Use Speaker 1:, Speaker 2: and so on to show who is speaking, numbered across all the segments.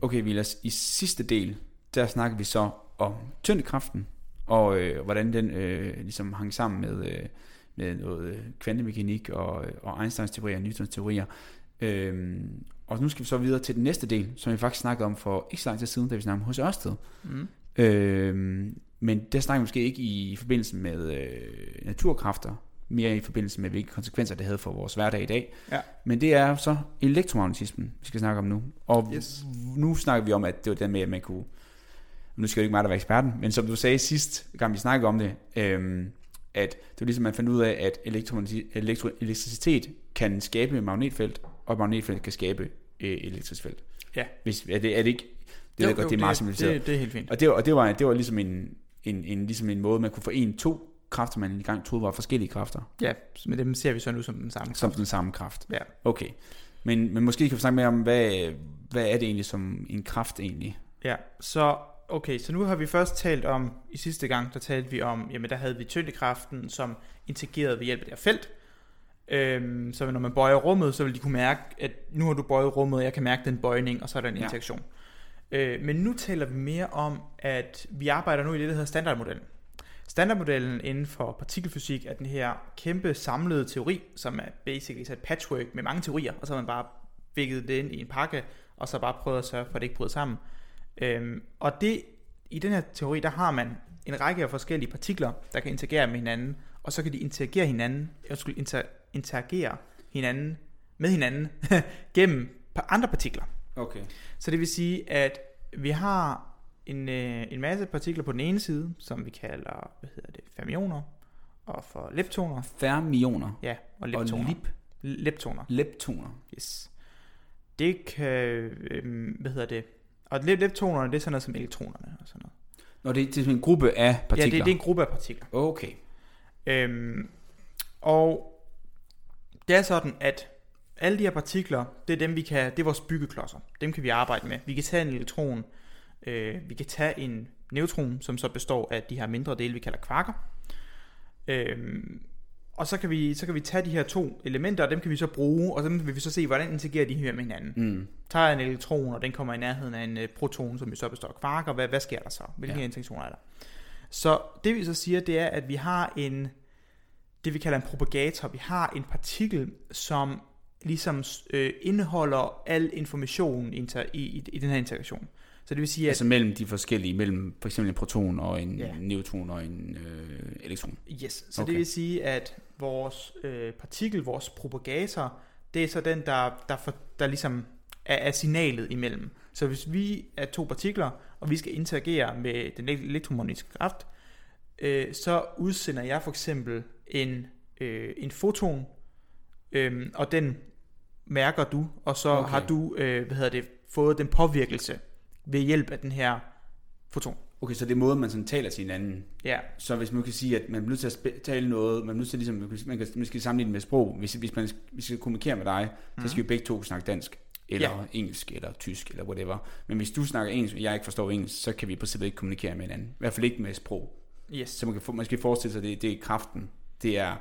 Speaker 1: Okay, Vilas, i sidste del, der snakker vi så om tyngdekraften, og hvordan den ligesom hang sammen med noget kvantemekanik og Einsteins teorier og Newtons teorier. Og nu skal vi så videre til den næste del, som vi faktisk snakkede om for ikke så lang tid siden, da vi snakkede om H.C. Ørsted. Men der snakker vi måske ikke i forbindelse med naturkræfter, mere i forbindelse med, hvilke konsekvenser det havde for vores hverdag i dag. Ja. Men det er så elektromagnetismen, vi skal snakke om nu. Og nu snakker vi om, at det var det med, at man kunne... Nu skal det ikke mig, der være eksperten, men som du sagde sidst gang vi snakkede om det, at det var ligesom, man fandt ud af, at elektricitet kan skabe et magnetfelt, og et magnetfelt kan skabe et elektrisk felt. Ja. Er det ikke... Det er meget simplificeret.
Speaker 2: Det er helt fint.
Speaker 1: Og det var ligesom ligesom en måde, man kunne forene to kræfter, man engang troede var forskellige kræfter.
Speaker 2: Ja, men dem ser vi så nu som den samme kraft.
Speaker 1: Som den samme kraft.
Speaker 2: Ja.
Speaker 1: Okay. Men måske kan vi snakke mere om, hvad er det egentlig som en kraft egentlig?
Speaker 2: Ja, så nu har vi først talt om, i sidste gang, der talte vi om, jamen der havde vi tyngdekraften, som integrerede ved hjælp af det her felt. Så når man bøjer rummet, så vil de kunne mærke, at nu har du bøjet rummet, og jeg kan mærke den bøjning, og så er der en interaktion. Men nu taler vi mere om, at vi arbejder nu i det, der hedder standardmodellen. Standardmodellen inden for partikelfysik er den her kæmpe samlede teori, som er basically et patchwork med mange teorier, og så har man bare viklet det ind i en pakke, og så bare prøvet at sørge for, at det ikke bryder sammen. Og i den her teori, der har man en række af forskellige partikler, der kan interagere med hinanden, og så kan de interagere med hinanden gennem andre partikler.
Speaker 1: Okay.
Speaker 2: Så det vil sige, at vi har en masse partikler på den ene side, som vi kalder, fermioner, og for leptoner.
Speaker 1: Fermioner?
Speaker 2: Ja, og leptoner.
Speaker 1: Og
Speaker 2: leptoner.
Speaker 1: Leptoner.
Speaker 2: Yes. Det kan, og leptonerne, det er sådan noget som elektronerne og sådan noget.
Speaker 1: Nå, det er en gruppe af partikler?
Speaker 2: Ja, det er en gruppe af partikler.
Speaker 1: Okay.
Speaker 2: Og det er sådan, at alle de her partikler, det er dem, det er vores byggeklodser. Dem kan vi arbejde med. Vi kan tage en elektron, vi kan tage en neutron, som så består af de her mindre dele, vi kalder kvarker. Og så kan vi tage de her to elementer, og dem kan vi så bruge, og så vil vi så se, hvordan interagerer de her med hinanden. Tager en elektron, og den kommer i nærheden af en proton, som jo så består af kvarker. Hvad sker der så? Hvilke interaktioner er der? Så det vi så siger, det er, at vi har det vi kalder en propagator. Vi har en partikel, som ligesom indeholder al information i den her interaktion. Så det vil sige, at
Speaker 1: altså mellem de forskellige, mellem for eksempel en proton og en neutron og en elektron.
Speaker 2: Yes, så det vil sige, at vores partikel, vores propagator, det er så den, der ligesom er signalet imellem. Så hvis vi er to partikler, og vi skal interagere med den elektromagnetiske kraft, så udsender jeg for eksempel en foton, og den mærker du, og så har du fået den påvirkelse ved hjælp af den her foton.
Speaker 1: Okay, så det er måden, man sådan taler til hinanden.
Speaker 2: Ja.
Speaker 1: Så hvis man kan sige, at man er nødt til at tale noget, man er nødt til ligesom, man kan måske sammenligne med sprog. Hvis man skal kommunikere med dig, så skal vi begge to snakke dansk, eller engelsk, eller tysk, eller whatever. Men hvis du snakker engelsk, og jeg ikke forstår engelsk, så kan vi på simpelthen ikke kommunikere med hinanden. I hvert fald ikke med sprog.
Speaker 2: Yes.
Speaker 1: Så man skal forestille sig, at det er kraften. Det er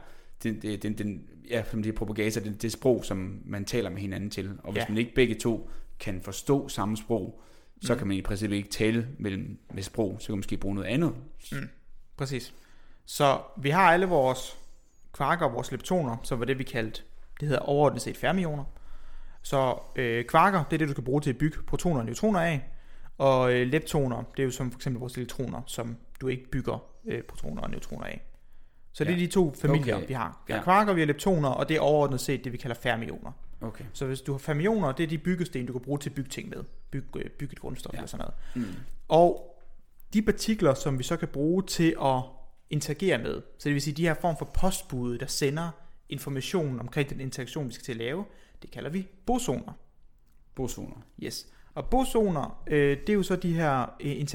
Speaker 1: som det er propagator, det sprog, som man taler med hinanden til. Og hvis man ikke begge to kan forstå samme sprog, så kan man i princippet ikke tale med sprog, så kan man måske bruge noget andet.
Speaker 2: Præcis. Så vi har alle vores kvarker og vores leptoner, som var det vi kaldte, det hedder overordnet set fermioner. Så kvarker, det er det du skal bruge til at bygge protoner og neutroner af. Og leptoner, det er jo som for eksempel vores elektroner, som du ikke bygger protoner og neutroner af. Så det er de to familier, vi har. Vi har kvarker, vi har leptoner, og det er overordnet set det vi kalder fermioner. Okay. Så hvis du har fermioner, det er de byggesten, du kan bruge til at bygge ting med. Bygge et grundstof eller sådan noget. Og de partikler, som vi så kan bruge til at interagere med, så det vil sige de her form for postbude, der sender information omkring den interaktion, vi skal til at lave, det kalder vi bosoner.
Speaker 1: Bosoner.
Speaker 2: Yes. Og bosoner, det er jo så de her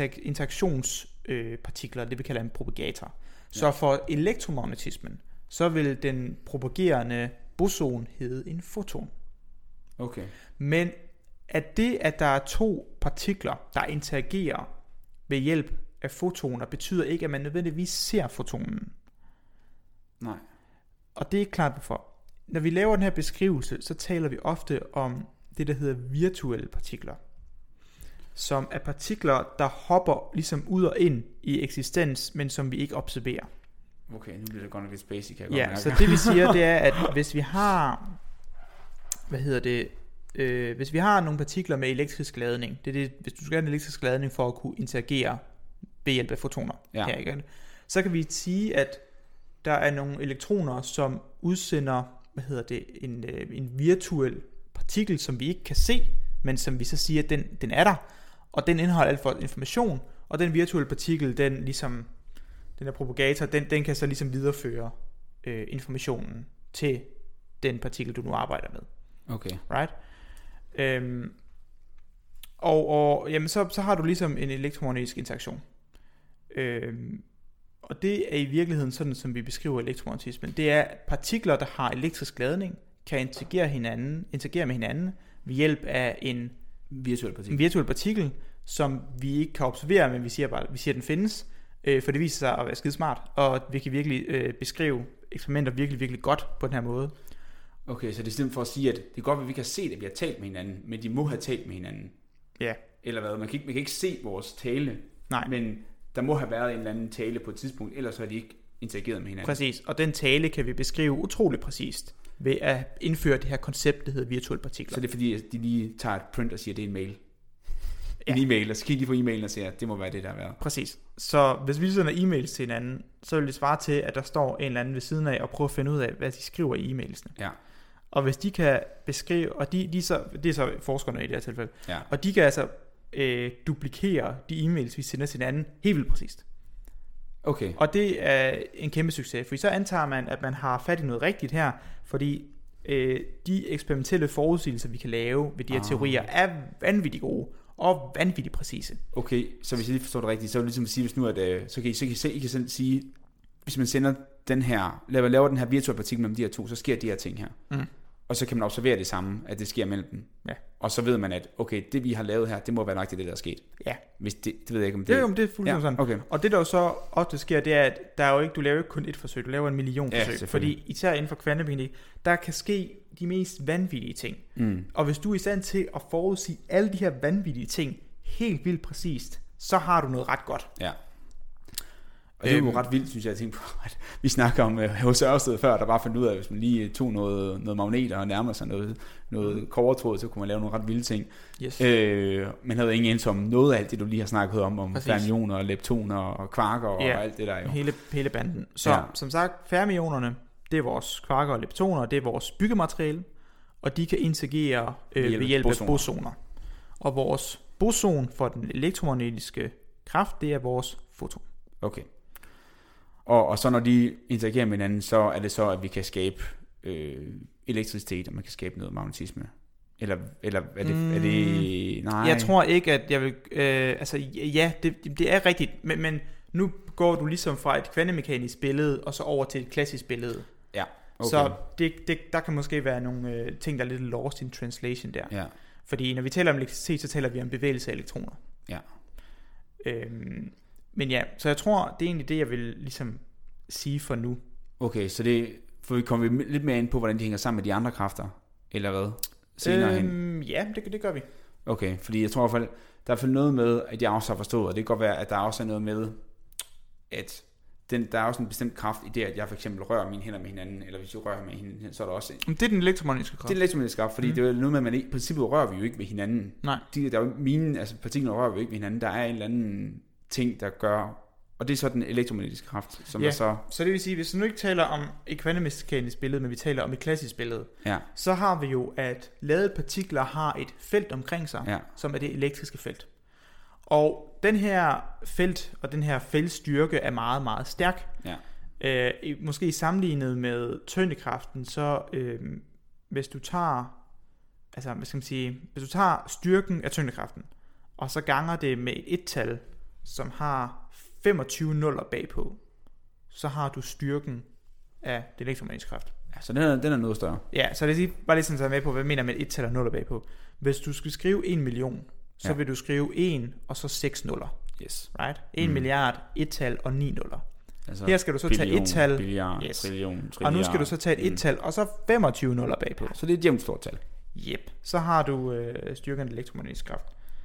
Speaker 2: interaktionspartikler, det vi kalder en propagator. Så for elektromagnetismen, så vil den propagerende boson hedde en foton.
Speaker 1: Okay.
Speaker 2: Men at der er to partikler, der interagerer ved hjælp af fotoner, betyder ikke, at man nødvendigvis ser fotonen.
Speaker 1: Nej.
Speaker 2: Og det er klart hvorfor. Når vi laver den her beskrivelse, så taler vi ofte om det, der hedder virtuelle partikler. som er partikler, der hopper ligesom ud og ind i eksistens, men som vi ikke observerer.
Speaker 1: Okay, nu bliver det godt nok lidt basic, kan jeg godt mærke.
Speaker 2: Så det vi siger, det er, at hvis vi har, hvis vi har nogle partikler med elektrisk ladning, det er det, hvis du skal have en elektrisk ladning for at kunne interagere ved hjælp af fotoner, så kan vi sige, at der er nogle elektroner, som udsender, en virtuel partikel, som vi ikke kan se, men som vi så siger, at den er der, og den indeholder alt for information, og den virtuelle partikel, den her propagator, den kan så ligesom videreføre informationen til den partikel, du nu arbejder med.
Speaker 1: Okay.
Speaker 2: Right? Og jamen, så har du ligesom en elektromagnetisk interaktion. Og det er i virkeligheden sådan, som vi beskriver elektromagnetismen. Det er partikler, der har elektrisk ladning, kan interagere med hinanden ved hjælp af en virtuel partikel, som vi ikke kan observere, men vi siger, at den findes, for det viser sig at være skidesmart, og vi kan virkelig beskrive eksperimenter virkelig, virkelig godt på den her måde.
Speaker 1: Okay, så det er simpelthen for at sige, at det er godt, at vi kan se, at vi har talt med hinanden, men de må have talt med hinanden.
Speaker 2: Ja.
Speaker 1: Eller hvad? Man kan ikke se vores tale, men der må have været en eller anden tale på et tidspunkt, ellers har de ikke interageret med hinanden.
Speaker 2: Præcis, og den tale kan vi beskrive utroligt præcist ved at indføre det her koncept, der hedder virtuelle partikler.
Speaker 1: Så det er fordi, at de lige tager et print og siger, at det er en mail. En e-mail, og så kigger de på e-mailen og siger, at det må være det, der har været.
Speaker 2: Præcis. Så hvis vi sender e-mails til hinanden, så vil det svare til, at der står en eller anden ved siden af og prøver at finde ud af, hvad de skriver i e-mailsene.
Speaker 1: Ja.
Speaker 2: Og hvis de kan beskrive, og det er så forskerne i det her tilfælde,
Speaker 1: ja.
Speaker 2: Og de kan altså duplikere de e-mails, vi sender til hinanden, helt vildt præcist.
Speaker 1: Okay.
Speaker 2: Og det er en kæmpe succes, for så antager man, at man har fat i noget rigtigt her, fordi de eksperimentelle forudsigelser, vi kan lave ved de her teorier, er vanvittigt gode og vanvittigt præcise.
Speaker 1: Okay, så hvis jeg lige forstår det rigtigt, så vil jeg ligesom sige, hvis nu at, så kan I kan sige, hvis man sender den her, laver den her virtuelle partikel mellem de her to, så sker de her ting her. Mm. Og så kan man observere det samme, at det sker mellem dem. Ja. Og så ved man, at okay, det vi har lavet her, det må være nok det, der er sket. Ja. Hvis det ved jeg ikke, om det
Speaker 2: er. Det er fuldstændig sådan. Okay. Og det der jo så ofte sker, det er, at der er jo ikke, du laver ikke kun et forsøg, du laver 1 million forsøg. Fordi især inden for kvantemekanik, der kan ske de mest vanvittige ting. Mm. Og hvis du er i stand til at forudsige alle de her vanvittige ting helt vildt præcist, så har du noget ret godt. Ja.
Speaker 1: Og det er jo ret vildt, synes jeg, at tænke på, at vi snakker om H.C. Ørsted før, der bare fandt ud af, at hvis man lige tog noget magneter og nærmede sig noget kobbertråd, så kunne man lave nogle ret vilde ting. Yes. Man havde ingen anelse om noget af alt det, du lige har snakket om fermioner og leptoner og kvarker og alt det der jo.
Speaker 2: Hele banden. Så som sagt, fermionerne, det er vores kvarker og leptoner, det er vores byggemateriale, og de kan interagere ved hjælp af bosoner. Og vores boson for den elektromagnetiske kraft, det er vores foton.
Speaker 1: Okay. Og så når de interagerer med hinanden, så er det så, at vi kan skabe elektricitet, og man kan skabe noget magnetisme. Eller er det nej?
Speaker 2: Jeg tror ikke, at jeg vil... det er rigtigt, men nu går du ligesom fra et kvantemekanisk billede, og så over til et klassisk billede. Ja, okay. Så der kan måske være nogle ting, der er lidt lost in translation der. Ja. Fordi når vi taler om elektricitet, så taler vi om bevægelse af elektroner. Ja. Men ja, så jeg tror, det er egentlig det, jeg vil ligesom sige for nu.
Speaker 1: Okay, så det får vi komme lidt mere ind på, hvordan de hænger sammen med de andre kræfter, eller hvad? Senere hen.
Speaker 2: Ja, det gør vi.
Speaker 1: Okay, fordi jeg tror i hvert fald, der er i hvert fald noget med, at jeg også har forstået, og det kan godt være, at der også er noget med, at der er også en bestemt kraft i det, at jeg for eksempel rører mine hænder med hinanden, eller hvis jeg rører med hinanden, så er der også...
Speaker 2: Det er den elektromagnetiske kraft.
Speaker 1: Det er den elektromagnetiske kraft, fordi det er noget med, at man i princippet rører vi jo ikke ved hinanden. Nej. Der er jo partikler rører vi jo ikke ved hinanden. Der er en eller anden ting, der gør... Og det er så den elektromagnetiske kraft, som er så...
Speaker 2: Så det vil sige, hvis vi nu ikke taler om et kvantemekanisk billede, men vi taler om et klassisk billede, så har vi jo, at ladede partikler har et felt omkring sig, som er det elektriske felt. Og den her felt og den her feltstyrke er meget, meget stærk. Ja. Måske sammenlignet med tyngdekraften, så hvis du tager... Altså, hvad skal man sige? Hvis du tager styrken af tyngdekraften, og så ganger det med et et-tal, som har 25 nuller bagpå, så har du styrken af det elektromagnetiske kraft.
Speaker 1: Ja, så den er noget større.
Speaker 2: Ja, så det er bare lige sådan, at med på, hvad mener med et et-tal og nuller bagpå. Hvis du skal skrive 1 million, så vil du skrive 1 og så 6 nuller. Yes. Right? 1 milliard, et-tal og 9 nuller. Altså her skal du så tage et-tal,
Speaker 1: trillion,
Speaker 2: og nu skal du så tage et et-tal, og så 25 nuller bagpå.
Speaker 1: Så det er et jævnt stort tal.
Speaker 2: Yep. Så har du styrken af den elektromagnetiske kraft.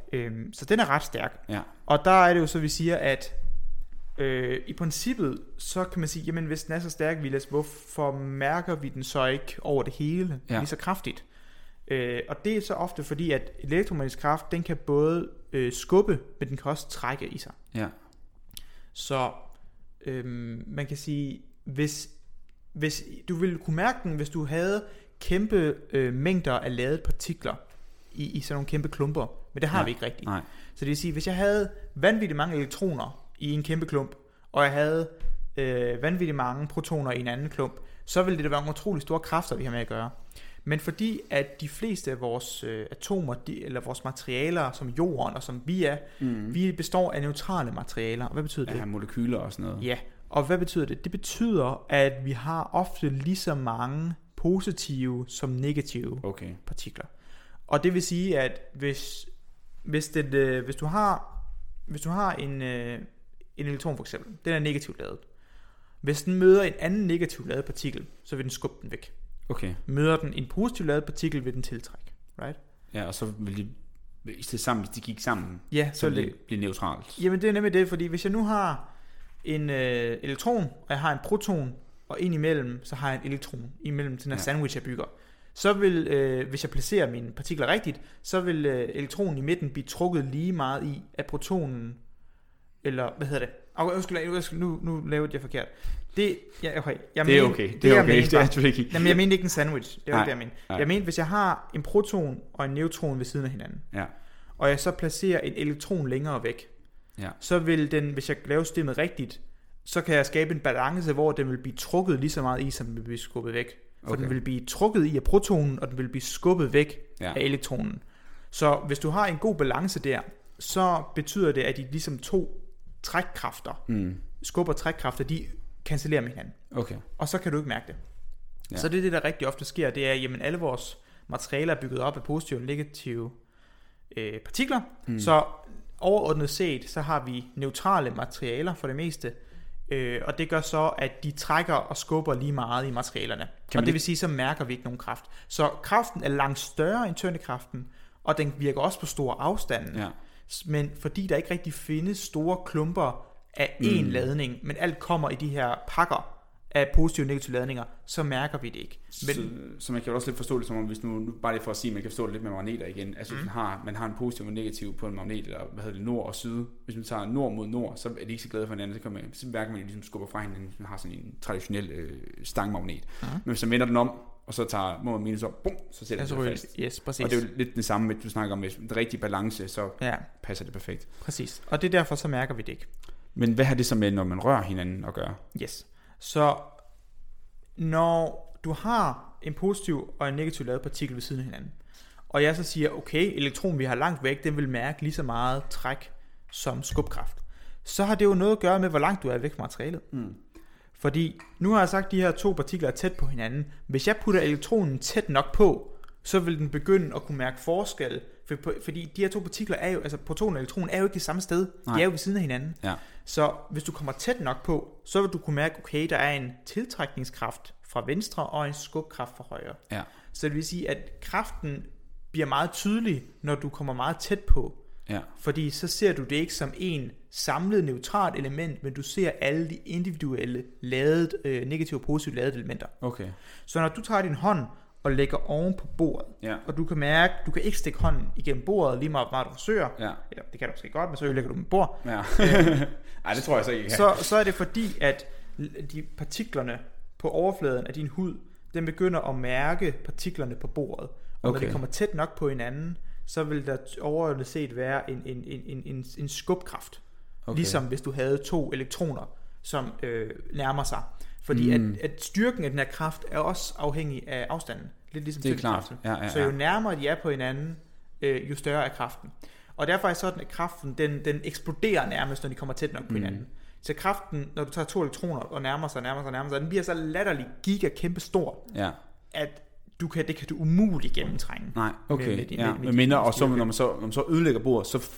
Speaker 2: Så den er ret stærk.
Speaker 1: Ja.
Speaker 2: Og der er det jo så, vi siger, at i princippet, så kan man sige, jamen hvis den er så stærk, Vilas, hvorfor mærker vi den så ikke over det hele lige så kraftigt? Og det er så ofte fordi, at elektromagnetisk kraft, den kan både skubbe, men den kan også trække i sig.
Speaker 1: Ja.
Speaker 2: Så man kan sige, hvis du ville kunne mærke den, hvis du havde kæmpe mængder af ladede partikler i sådan nogle kæmpe klumper, men det har vi ikke rigtigt.
Speaker 1: Nej.
Speaker 2: Så det vil sige, hvis jeg havde vanvittigt mange elektroner i en kæmpe klump, og jeg havde vanvittigt mange protoner i en anden klump, så ville det være nogle utrolig store kræfter, vi har med at gøre. Men fordi at de fleste af vores atomer, eller vores materialer, som jorden og som vi er, vi består af neutrale materialer. Og hvad betyder det?
Speaker 1: Ja, molekyler og sådan noget.
Speaker 2: Ja, og hvad betyder det? Det betyder, at vi har ofte lige så mange positive som negative partikler. Og det vil sige, at hvis du har en elektron for eksempel, den er negativt ladet. Hvis den møder en anden negativt ladet partikel, så vil den skubbe den væk.
Speaker 1: Okay.
Speaker 2: Møder den en positivt ladet partikel, vil den tiltrække. Right?
Speaker 1: Ja, og så vil de, hvis de gik sammen,
Speaker 2: ja,
Speaker 1: så vil det blive neutralt.
Speaker 2: Jamen det er nemlig det, fordi hvis jeg nu har en elektron, og jeg har en proton, og indimellem, så har jeg en elektron imellem den her sandwich, jeg bygger. Så vil, hvis jeg placerer mine partikler rigtigt, så vil elektronen i midten blive trukket lige meget i af protonen, eller hvad hedder det? Nu lavede jeg forkert. Det er okay. Jeg mente ikke en sandwich. Det er ikke det, jeg mente. Jeg mente, hvis jeg har en proton og en neutron ved siden af hinanden, og jeg så placerer en elektron længere væk, så vil den, hvis jeg laver systemet rigtigt, så kan jeg skabe en balance, hvor den vil blive trukket lige så meget i, som den vil blive skubbet væk. For den vil blive trukket i af protonen, og den vil blive skubbet væk af elektronen. Så hvis du har en god balance der, så betyder det, at de ligesom to trækkræfter, skub- og trækkræfter, de cancellerer med hinanden.
Speaker 1: Okay.
Speaker 2: Og så kan du ikke mærke det. Ja. Så det der rigtig ofte sker, det er, jamen alle vores materialer er bygget op af positive og negative partikler. Så overordnet set, så har vi neutrale materialer for det meste, og det gør så, at de trækker og skubber lige meget i materialerne. Og det vil sige, så mærker vi ikke nogen kraft. Så kraften er langt større end tyngdekraften, og den virker også på store afstande. Ja. Men fordi der ikke rigtig findes store klumper af én ladning, men alt kommer i de her pakker af positive og negative ladninger, så mærker vi det ikke. Men,
Speaker 1: så man kan jo også lidt forstå det som om, hvis nu bare lige for at sige, man kan forstå det lidt med magneter igen. Altså man har en positiv og negativ på en magnet, eller hvad hedder det, nord og syd. Hvis man tager nord mod nord, så er de ikke så glade for hinanden, så mærker man ligesom skubber fra hinanden, hvis man har sådan en traditionel stangmagnet. Men hvis man vender den om, og så tager mod minus op, bum, så sætter det sig fast.
Speaker 2: Yes, præcis.
Speaker 1: Og det er jo lidt det samme, du snakker om, hvis den rigtige balance, så passer det perfekt.
Speaker 2: Præcis, og det er derfor, så mærker vi det ikke.
Speaker 1: Men hvad har det så med, når man rører hinanden at gøre?
Speaker 2: Yes, så når du har en positiv og en negativ ladet partikel ved siden af hinanden, og jeg så siger, okay, elektronen vi har langt væk, den vil mærke lige så meget træk som skubkraft, så har det jo noget at gøre med, hvor langt du er væk fra materialet. Fordi nu har jeg sagt, at de her to partikler er tæt på hinanden. Hvis jeg putter elektronen tæt nok på, så vil den begynde at kunne mærke forskel. Fordi de her to partikler er jo, altså proton og elektron er jo ikke det samme sted. De er jo ved siden af hinanden. Ja. Så hvis du kommer tæt nok på, så vil du kunne mærke, okay, der er en tiltrækningskraft fra venstre og en skubkraft fra højre. Ja. Så det vil sige, at kraften bliver meget tydelig, når du kommer meget tæt på. Ja. Fordi så ser du det ikke som en samlet neutralt element, men du ser alle de individuelle ladet, negative og positive ladede elementer. Okay. Så når du tager din hånd og lægger oven på bordet, og du kan mærke, du kan ikke stikke hånden igennem bordet lige meget, du forsøger, eller det kan du måske godt, men så lægger du med bord. Ja.
Speaker 1: Ej, det tror jeg så ikke.
Speaker 2: Så er det fordi, at de partiklerne på overfladen af din hud, den begynder at mærke partiklerne på bordet. Og når de kommer tæt nok på hinanden, så vil der overordnet set være en skubkraft. Okay. Ligesom hvis du havde to elektroner, som nærmer sig. Fordi at styrken af den her kraft er også afhængig af afstanden. Lidt ligesom tyngdekraften. Så jo nærmere de er på hinanden, jo større er kraften. Og derfor er sådan, at kraften den eksploderer nærmest, når de kommer tæt nok på hinanden. Så kraften, når du tager to elektroner og nærmer sig, den bliver så latterlig kæmpe stor, at det kan du umuligt gennemtrænge.
Speaker 1: Nej, okay. Men mindre, og så når man så ødelægger bordet, så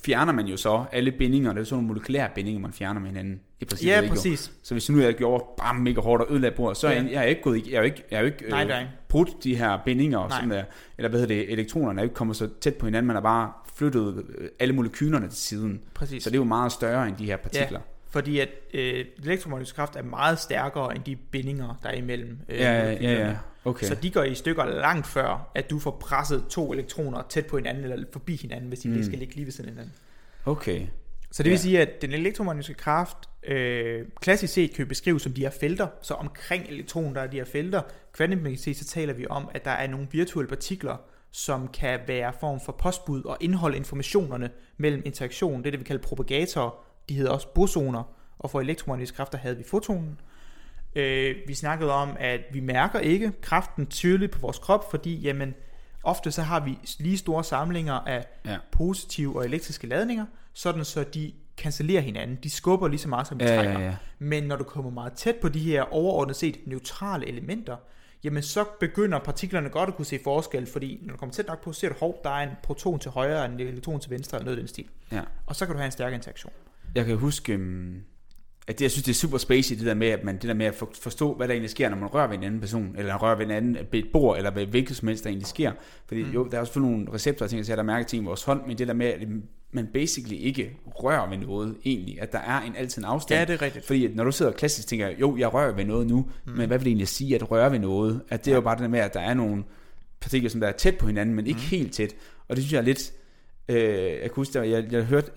Speaker 1: fjerner man jo så alle bindinger. Det er sådan nogle molekylære bindinger, man fjerner med hinanden. I princippet,
Speaker 2: ja, præcis.
Speaker 1: Så hvis nu jeg gjorde mega hårdt og ødelagt bordet, så jeg er ikke gået, jeg er jo ikke brudt de her bindinger, og sådan der, eller hvad hedder det, elektronerne er ikke kommet så tæt på hinanden, man har bare flyttet alle molekylerne til siden.
Speaker 2: Præcis.
Speaker 1: Så det er jo meget større end de her partikler.
Speaker 2: Ja, fordi at elektromagnetisk kraft er meget stærkere end de bindinger, der er imellem.
Speaker 1: Ja. Okay.
Speaker 2: Så de går i stykker langt før, at du får presset 2 elektroner tæt på hinanden, eller forbi hinanden, hvis de skal ligge lige ved siden af hinanden.
Speaker 1: Okay.
Speaker 2: Så det vil sige, at den elektromagnetiske kraft klassisk set kan beskrives som de her felter. Så omkring elektronen, der er de her felter. Kvantemekanisk så taler vi om, at der er nogle virtuelle partikler, som kan være form for postbud og indeholde informationerne mellem interaktion. Det er det, vi kalder propagatorer. De hedder også bosoner, og for elektromagnetiske kræfter havde vi fotonen. Vi snakkede om, at vi mærker ikke kraften tydeligt på vores krop, fordi jamen, ofte så har vi lige store samlinger af positive og elektriske ladninger, sådan så de cancellerer hinanden. De skubber lige så meget, som de trækker. Ja. Men når du kommer meget tæt på de her overordnet set neutrale elementer, jamen så begynder partiklerne godt at kunne se forskel, fordi når du kommer tæt nok på, så ser du, der er en proton til højre og en elektron til venstre, eller noget i den stil. Ja. Og så kan du have en stærk interaktion.
Speaker 1: Jeg kan huske, at jeg synes, det er super spacey, det der med at forstå, hvad der egentlig sker, når man rører ved en anden person, eller rører ved en anden bord, eller ved hvilket som helst, der egentlig sker. Fordi jo, der er også nogle receptorer, ting, der mærker ting i vores hånd, men det der med, at man basically ikke rører ved noget egentlig, at der er altid en afstand.
Speaker 2: Ja, det er rigtigt.
Speaker 1: Fordi når du sidder klassisk tænker, jo, jeg rører ved noget nu, men hvad vil det egentlig sige, at røre ved noget? At det er jo bare det der med, at der er nogle partikler, som der er tæt på hinanden, men ikke helt tæt. Og det synes jeg er lidt... jeg kan huske, at jeg hørte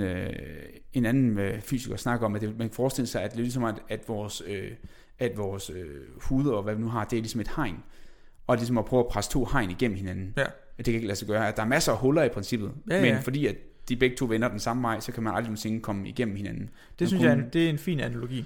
Speaker 1: en anden fysiker snakke om, at man kan forestille sig, at det er ligesom, at vores hud og hvad vi nu har, det er ligesom et hegn. Og det er ligesom at prøve at presse 2 hegn igennem hinanden. Ja. Det kan ikke lade sig gøre. At der er masser af huller i princippet, men fordi at de begge to vender den samme vej, så kan man aldrig nogensinde komme igennem hinanden.
Speaker 2: Det synes jeg, det er en fin analogi.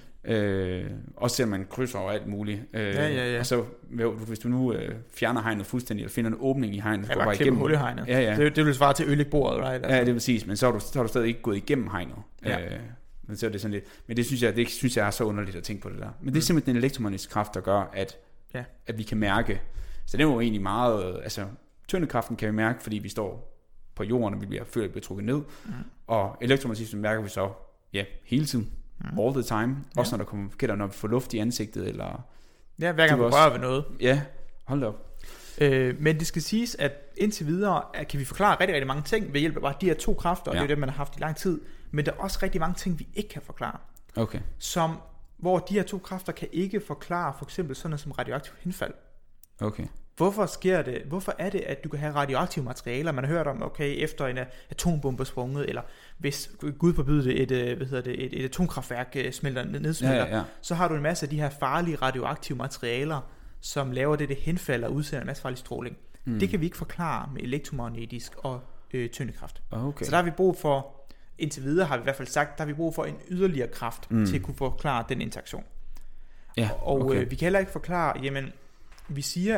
Speaker 1: Også selvom man krydser over alt muligt. Og så hvis du nu fjerner hegnet fuldstændig, eller finder en åbning i hegnet,
Speaker 2: så går bare igennem hul i hegnet. Det vil svare til øl-bordet, right? Altså.
Speaker 1: Ja, det er præcis, men så har du stadig ikke gået igennem hegnet. Men så er det sådan lidt. Men det synes jeg er så underligt at tænke på det der. Men det er simpelthen den elektromagnetiske kraft, der gør, at vi kan mærke. Så det er jo egentlig meget, altså tyndekraften kan vi mærke, fordi vi står på jorden, og vi bliver trukket ned. Og elektromagnetismen mærker vi så hele tiden. All the time. Også når der kommer forkert, når vi får luft i ansigtet, eller...
Speaker 2: Ja, hver gang vi rører ved noget.
Speaker 1: Ja, hold da op.
Speaker 2: Men det skal siges, at indtil videre kan vi forklare rigtig, rigtig mange ting ved hjælp af bare de her 2 kræfter, og det er det, man har haft i lang tid. Men der er også rigtig mange ting, vi ikke kan forklare.
Speaker 1: Okay.
Speaker 2: Hvor de her 2 kræfter kan ikke forklare for eksempel sådan noget som radioaktivt henfald.
Speaker 1: Okay.
Speaker 2: Hvorfor sker det? Hvorfor er det, at du kan have radioaktive materialer? Man har hørt om, okay, efter en atombombe sprunget, eller hvis Gud forbyder det, et atomkraftværk nedsmelter, så har du en masse af de her farlige radioaktive materialer, som laver det henfald og udsender en masse farlig stråling. Det kan vi ikke forklare med elektromagnetisk og tyndekraft.
Speaker 1: Okay.
Speaker 2: Så der har vi brug for, indtil videre har vi i hvert fald sagt, der har vi brug for en yderligere kraft til at kunne forklare den interaktion. Ja, okay. Og vi kan heller ikke forklare, jamen, vi siger,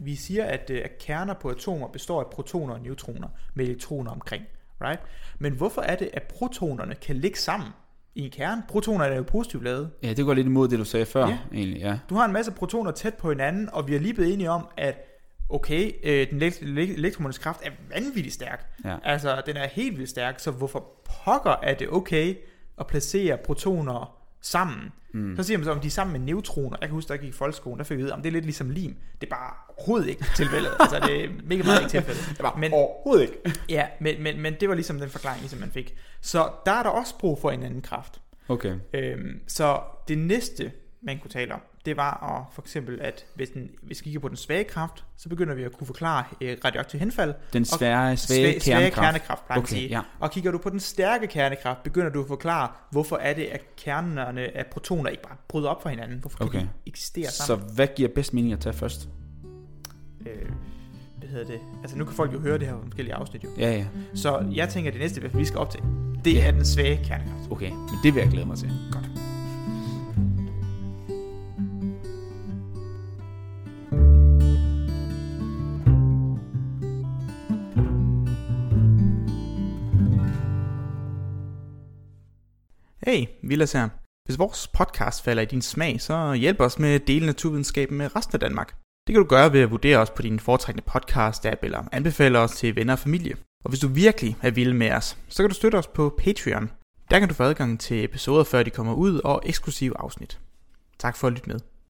Speaker 2: at kerner på atomer består af protoner og neutroner med elektroner omkring, right? Men hvorfor er det, at protonerne kan ligge sammen i en kerne? Protoner er jo positivt lavet.
Speaker 1: Ja, det går lidt imod det, du sagde før, egentlig, ja.
Speaker 2: Du har en masse protoner tæt på hinanden, og vi er lige blevet enige om, at okay, den elektromagnetiske kraft er vanvittigt stærk. Ja. Altså, den er helt vildt stærk, så hvorfor pokker er det okay at placere protoner sammen? Så siger man så, om de er sammen med neutroner. Jeg kan huske, der gik i folkeskolen, der fik vi vide, om det er lidt ligesom lim. Det er bare overhovedet ikke tilfældet. Altså, det er mega meget ikke tilfældet.
Speaker 1: Det var overhovedet ikke.
Speaker 2: Ja, men det var ligesom den forklaring, ligesom man fik. Så der er der også brug for en anden kraft.
Speaker 1: Okay.
Speaker 2: Så det næste, man kunne tale om, det var at, for eksempel, at hvis vi kigger på den svage kraft, så begynder vi at kunne forklare radioaktiv henfald.
Speaker 1: Den svage
Speaker 2: kernekraft, plejer man at sige. Ja. Og kigger du på den stærke kernekraft, begynder du at forklare, hvorfor er det, at kernerne af protoner ikke bare bryder op for hinanden. Hvorfor kan de eksistere sammen?
Speaker 1: Så hvad giver bedst mening at tage først?
Speaker 2: Altså nu kan folk jo høre det her på forskellige afsnit jo.
Speaker 1: Ja.
Speaker 2: Så jeg tænker, at det næste, vi skal op til, det er den svage kernekraft.
Speaker 1: Okay, men det vil jeg glæde mig til.
Speaker 2: Godt. Hey, Vilas her. Hvis vores podcast falder i din smag, så hjælp os med at dele naturvidenskaben med resten af Danmark. Det kan du gøre ved at vurdere os på din foretrækkende podcast-app eller anbefale os til venner og familie. Og hvis du virkelig er vild med os, så kan du støtte os på Patreon. Der kan du få adgang til episoder, før de kommer ud, og eksklusive afsnit. Tak for at lytte med.